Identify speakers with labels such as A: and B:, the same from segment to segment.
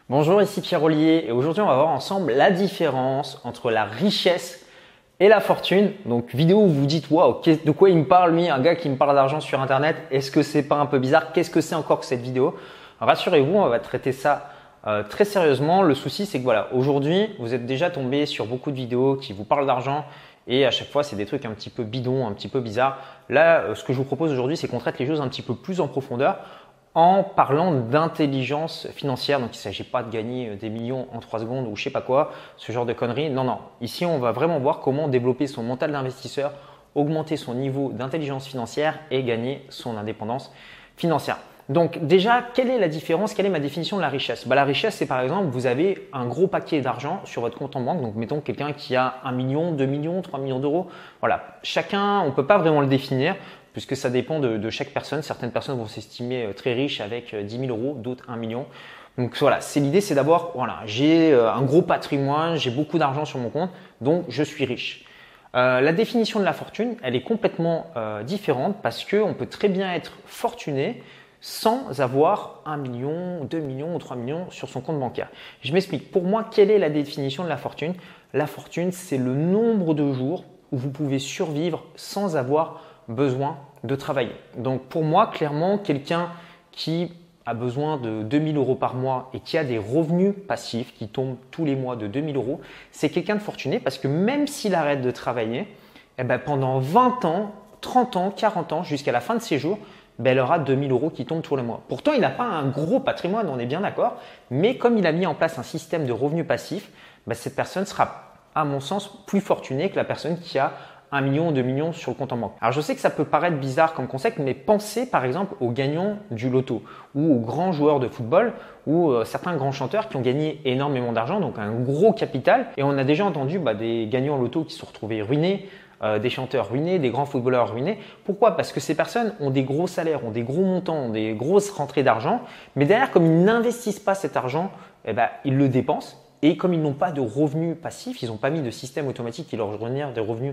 A: Bonjour, ici Pierre Ollier et aujourd'hui on va voir ensemble la différence entre la richesse et la fortune. Donc vidéo où vous dites waouh, de quoi il me parle lui, un gars qui me parle d'argent sur internet, est-ce que c'est pas un peu bizarre? Qu'est-ce que c'est encore que cette vidéo? Rassurez-vous, on va traiter ça très sérieusement. Le souci c'est que voilà, aujourd'hui vous êtes déjà tombé sur beaucoup de vidéos qui vous parlent d'argent et à chaque fois c'est des trucs un petit peu bidons, un petit peu bizarres. Là, ce que je vous propose aujourd'hui c'est qu'on traite les choses un petit peu plus en profondeur en parlant d'intelligence financière. Donc, il ne s'agit pas de gagner des millions en 3 secondes ou je sais pas quoi, ce genre de conneries. Non, non. Ici, on va vraiment voir comment développer son mental d'investisseur, augmenter son niveau d'intelligence financière et gagner son indépendance financière. Donc déjà, quelle est la différence? Quelle est ma définition de la richesse? La richesse, c'est par exemple, vous avez un gros paquet d'argent sur votre compte en banque. Donc mettons quelqu'un qui a 1 million, 2 millions, 3 millions d'euros. Voilà, chacun, on ne peut pas vraiment le définir puisque ça dépend de chaque personne. Certaines personnes vont s'estimer très riches avec 10 000 euros, d'autres 1 million. Donc voilà, l'idée, c'est d'abord, voilà, j'ai un gros patrimoine, j'ai beaucoup d'argent sur mon compte, donc je suis riche. La définition de la fortune, elle est complètement différente parce qu'on peut très bien être fortuné sans avoir 1 million, 2 millions ou 3 millions sur son compte bancaire. Je m'explique. Pour moi, quelle est la définition de la fortune? La fortune, c'est le nombre de jours où vous pouvez survivre sans avoir besoin de travailler. Donc pour moi, clairement, quelqu'un qui a besoin de 2 000 euros par mois et qui a des revenus passifs qui tombent tous les mois de 2 000 euros, c'est quelqu'un de fortuné parce que même s'il arrête de travailler, pendant 20 ans, 30 ans, 40 ans, jusqu'à la fin de ses jours, il aura 2 000 euros qui tombent tous les mois. Pourtant, il n'a pas un gros patrimoine, on est bien d'accord, mais comme il a mis en place un système de revenus passifs, cette personne sera, à mon sens, plus fortunée que la personne qui a 1 million ou 2 millions sur le compte en banque. Alors je sais que ça peut paraître bizarre comme concept, mais pensez par exemple aux gagnants du loto ou aux grands joueurs de football ou certains grands chanteurs qui ont gagné énormément d'argent, donc un gros capital. Et on a déjà entendu des gagnants loto qui se sont retrouvés ruinés, des chanteurs ruinés, des grands footballeurs ruinés. Pourquoi? Parce que ces personnes ont des gros salaires, ont des gros montants, ont des grosses rentrées d'argent, mais derrière, comme ils n'investissent pas cet argent, ils le dépensent. Et comme ils n'ont pas de revenus passifs, ils n'ont pas mis de système automatique qui leur génère des revenus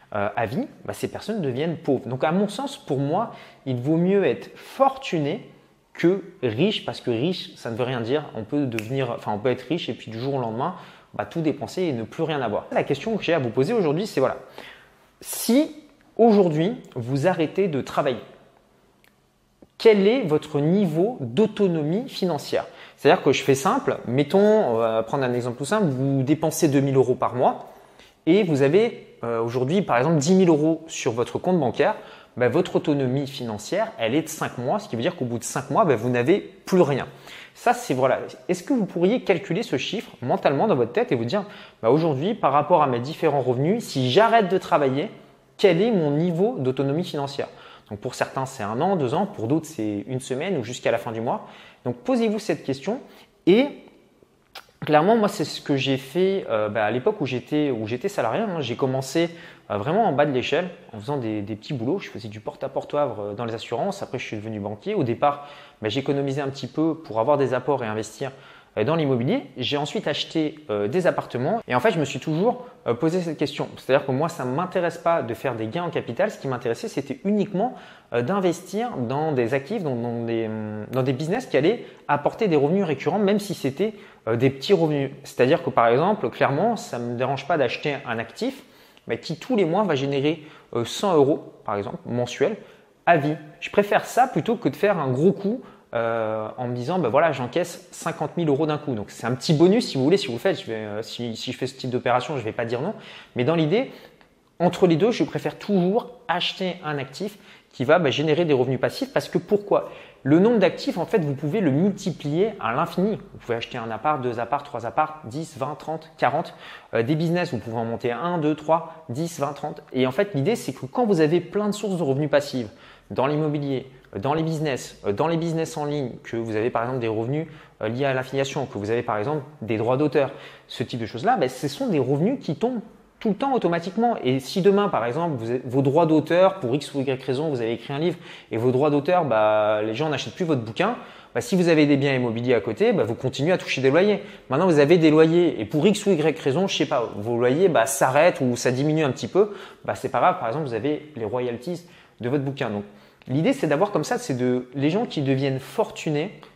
A: à vie, ces personnes deviennent pauvres. Donc à mon sens, pour moi, il vaut mieux être fortuné que riche, parce que riche, ça ne veut rien dire. On peut être riche et puis du jour au lendemain, tout dépenser et ne plus rien avoir. La question que j'ai à vous poser aujourd'hui, c'est voilà, si aujourd'hui vous arrêtez de travailler, quel est votre niveau d'autonomie financière? C'est-à-dire que je fais simple, mettons, on va prendre un exemple tout simple, vous dépensez 2 000 euros par mois et vous avez aujourd'hui par exemple 10 000 euros sur votre compte bancaire, votre autonomie financière, elle est de 5 mois, ce qui veut dire qu'au bout de 5 mois, vous n'avez plus rien. Ça, c'est voilà. Est-ce que vous pourriez calculer ce chiffre mentalement dans votre tête et vous dire, aujourd'hui, par rapport à mes différents revenus, si j'arrête de travailler, quel est mon niveau d'autonomie financière? Donc pour certains, c'est 1 an, 2 ans, pour d'autres, c'est 1 semaine ou jusqu'à la fin du mois. Donc posez-vous cette question et clairement, moi, c'est ce que j'ai fait à l'époque où j'étais salarié. J'ai commencé vraiment en bas de l'échelle en faisant des petits boulots. Je faisais du porte-à-porte dans les assurances. Après, je suis devenu banquier. Au départ, j'économisais un petit peu pour avoir des apports et investir dans l'immobilier. J'ai ensuite acheté des appartements et en fait, je me suis toujours posé cette question. C'est-à-dire que moi, ça ne m'intéresse pas de faire des gains en capital. Ce qui m'intéressait, c'était uniquement d'investir dans des actifs, dans des business qui allaient apporter des revenus récurrents, même si c'était des petits revenus. C'est-à-dire que par exemple, clairement, ça ne me dérange pas d'acheter un actif qui tous les mois va générer 100 euros, par exemple, mensuels, à vie. Je préfère ça plutôt que de faire un gros coup en me disant, voilà, j'encaisse 50 000 euros d'un coup. Donc, c'est un petit bonus si vous voulez, si vous le faites. Si je fais ce type d'opération, je ne vais pas dire non. Mais dans l'idée, entre les deux, je préfère toujours acheter un actif qui va générer des revenus passifs parce que pourquoi? Le nombre d'actifs, en fait, vous pouvez le multiplier à l'infini. Vous pouvez acheter un appart, 2 apparts, 3 apparts, 10, 20, 30, 40. Des business, vous pouvez en monter 1, 2, 3, 10, 20, 30. Et en fait, l'idée, c'est que quand vous avez plein de sources de revenus passifs dans l'immobilier, dans les business en ligne, que vous avez par exemple des revenus liés à l'affiliation, que vous avez par exemple des droits d'auteur, ce type de choses-là, ce sont des revenus qui tombent tout le temps automatiquement. Et si demain, par exemple, vos droits d'auteur, pour X ou Y raison, vous avez écrit un livre et vos droits d'auteur, les gens n'achètent plus votre bouquin, si vous avez des biens immobiliers à côté, vous continuez à toucher des loyers. Maintenant, vous avez des loyers et pour X ou Y raison, je sais pas, vos loyers s'arrêtent ou ça diminue un petit peu, c'est pas grave. Par exemple, vous avez les royalties de votre bouquin. Donc, l'idée, c'est d'avoir comme ça, les gens qui deviennent fortunés,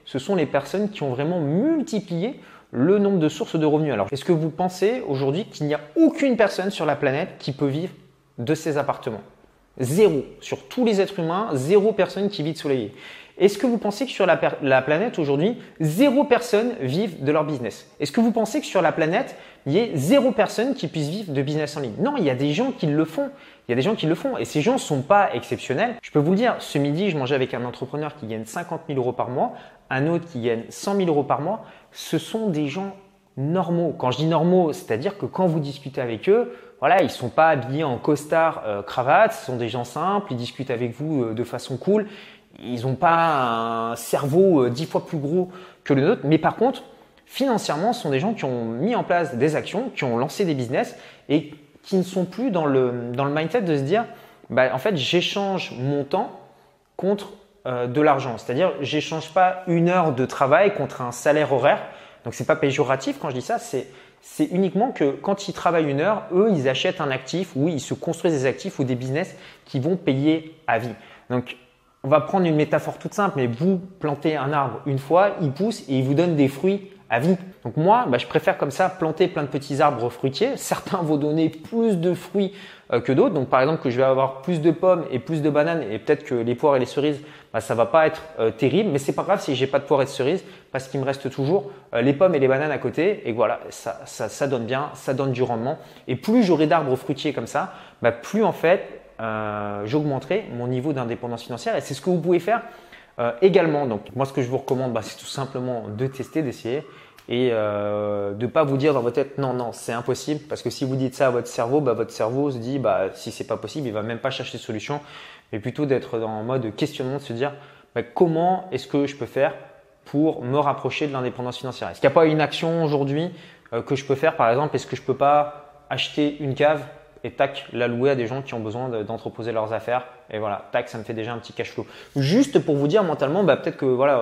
A: ce sont les personnes qui ont vraiment multiplié le nombre de sources de revenus. Alors, est-ce que vous pensez aujourd'hui qu'il n'y a aucune personne sur la planète qui peut vivre de ces appartements? Zéro. Sur tous les êtres humains, zéro personne qui vit de soleil. Est-ce que vous pensez que sur la planète aujourd'hui, zéro personne vive de leur business? Est-ce que vous pensez que sur la planète, il y ait zéro personne qui puisse vivre de business en ligne? Non, il y a des gens qui le font. Il y a des gens qui le font et ces gens ne sont pas exceptionnels. Je peux vous le dire, ce midi, je mangeais avec un entrepreneur qui gagne 50 000 euros par mois, un autre qui gagne 100 000 euros par mois. Ce sont des gens normaux. Quand je dis normaux, c'est-à-dire que quand vous discutez avec eux, voilà, ils ne sont pas habillés en costard, cravate, ce sont des gens simples, ils discutent avec vous de façon cool. Ils n'ont pas un cerveau 10 fois plus gros que le nôtre, mais par contre, financièrement, ce sont des gens qui ont mis en place des actions, qui ont lancé des business et qui ne sont plus dans le mindset de se dire en fait, j'échange mon temps contre de l'argent. C'est-à-dire, j'échange pas une heure de travail contre un salaire horaire. Donc, c'est pas péjoratif quand je dis ça, c'est uniquement que quand ils travaillent une heure, eux, ils achètent un actif ou ils se construisent des actifs ou des business qui vont payer à vie. Donc, on va prendre une métaphore toute simple, mais vous plantez un arbre une fois, il pousse et il vous donne des fruits à vie. Donc moi, je préfère comme ça planter plein de petits arbres fruitiers. Certains vont donner plus de fruits que d'autres. Donc par exemple que je vais avoir plus de pommes et plus de bananes et peut-être que les poires et les cerises, ça va pas être terrible. Mais c'est pas grave si j'ai pas de poires et de cerises parce qu'il me reste toujours les pommes et les bananes à côté. Et voilà, ça donne bien, ça donne du rendement. Et plus j'aurai d'arbres fruitiers comme ça, plus en fait j'augmenterai mon niveau d'indépendance financière et c'est ce que vous pouvez faire également. Donc moi ce que je vous recommande c'est tout simplement de tester, d'essayer et de ne pas vous dire dans votre tête non c'est impossible parce que si vous dites ça à votre cerveau se dit si c'est pas possible il va même pas chercher de solution mais plutôt d'être en mode questionnement, de se dire comment est-ce que je peux faire pour me rapprocher de l'indépendance financière. Est-ce qu'il n'y a pas une action aujourd'hui que je peux faire? Par exemple, est-ce que je peux pas acheter une cave et tac, la louer à des gens qui ont besoin d'entreposer leurs affaires. Et voilà, tac, ça me fait déjà un petit cash flow. Juste pour vous dire mentalement, peut-être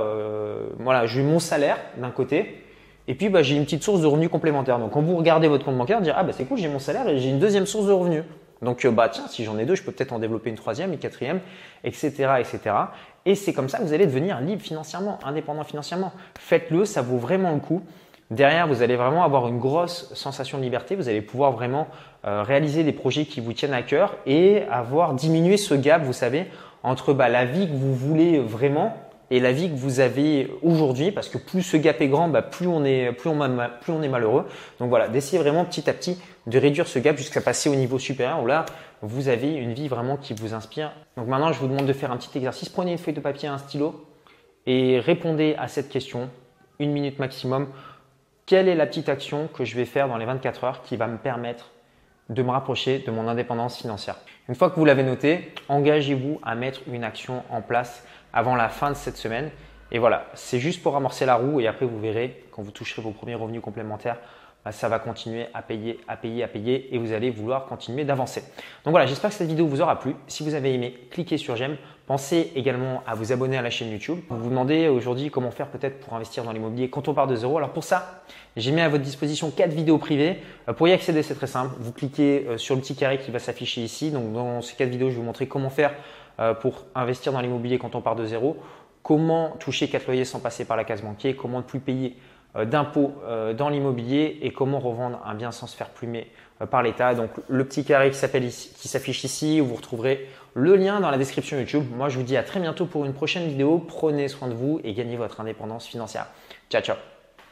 A: que j'ai mon salaire d'un côté et puis j'ai une petite source de revenus complémentaire. Donc quand vous regardez votre compte bancaire, dire c'est cool, j'ai mon salaire et j'ai une deuxième source de revenus. Donc tiens, si j'en ai deux, je peux peut-être en développer une troisième, une quatrième, etc., etc. Et c'est comme ça que vous allez devenir libre financièrement, indépendant financièrement. Faites-le, ça vaut vraiment le coup. Derrière, vous allez vraiment avoir une grosse sensation de liberté. Vous allez pouvoir vraiment réaliser des projets qui vous tiennent à cœur et avoir diminué ce gap, vous savez, entre la vie que vous voulez vraiment et la vie que vous avez aujourd'hui. Parce que plus ce gap est grand, plus on est malheureux. Donc voilà, d'essayer vraiment petit à petit de réduire ce gap jusqu'à passer au niveau supérieur où là, vous avez une vie vraiment qui vous inspire. Donc maintenant, je vous demande de faire un petit exercice. Prenez une feuille de papier et un stylo et répondez à cette question, 1 minute maximum. Quelle est la petite action que je vais faire dans les 24 heures qui va me permettre de me rapprocher de mon indépendance financière? Une fois que vous l'avez noté, engagez-vous à mettre une action en place avant la fin de cette semaine. Et voilà, c'est juste pour amorcer la roue et après vous verrez, quand vous toucherez vos premiers revenus complémentaires, ça va continuer à payer, à payer, à payer et vous allez vouloir continuer d'avancer. Donc voilà, j'espère que cette vidéo vous aura plu. Si vous avez aimé, cliquez sur j'aime. Pensez également à vous abonner à la chaîne YouTube. Vous vous demandez aujourd'hui comment faire peut-être pour investir dans l'immobilier quand on part de zéro. Alors pour ça, j'ai mis à votre disposition 4 vidéos privées. Pour y accéder, c'est très simple. Vous cliquez sur le petit carré qui va s'afficher ici. Donc dans ces 4 vidéos, je vais vous montrer comment faire pour investir dans l'immobilier quand on part de zéro. Comment toucher 4 loyers sans passer par la case banquier. Comment ne plus payer d'impôts dans l'immobilier et comment revendre un bien sans se faire plumer par l'État. Donc le petit carré qui s'affiche ici, vous retrouverez le lien dans la description YouTube. Moi, je vous dis à très bientôt pour une prochaine vidéo. Prenez soin de vous et gagnez votre indépendance financière. Ciao, ciao.